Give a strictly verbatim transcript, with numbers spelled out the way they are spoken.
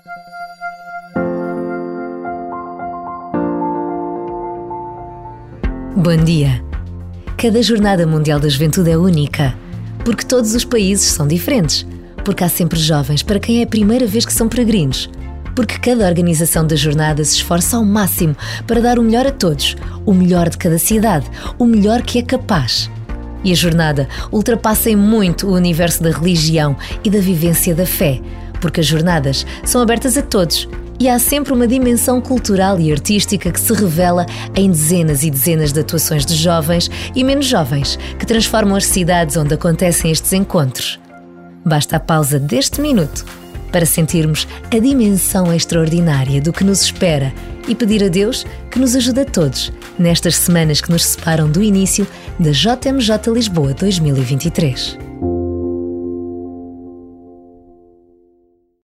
Bom dia! Cada Jornada Mundial da Juventude é única, porque todos os países são diferentes, porque há sempre jovens para quem é a primeira vez que são peregrinos, porque cada organização da jornada se esforça ao máximo para dar o melhor a todos, o melhor de cada cidade, o melhor que é capaz. E a jornada ultrapassa em muito o universo da religião e da vivência da fé, porque as jornadas são abertas a todos e há sempre uma dimensão cultural e artística que se revela em dezenas e dezenas de atuações de jovens e menos jovens que transformam as cidades onde acontecem estes encontros. Basta a pausa deste minuto para sentirmos a dimensão extraordinária do que nos espera e pedir a Deus que nos ajude a todos nestas semanas que nos separam do início da J M J Lisboa dois mil e vinte e três.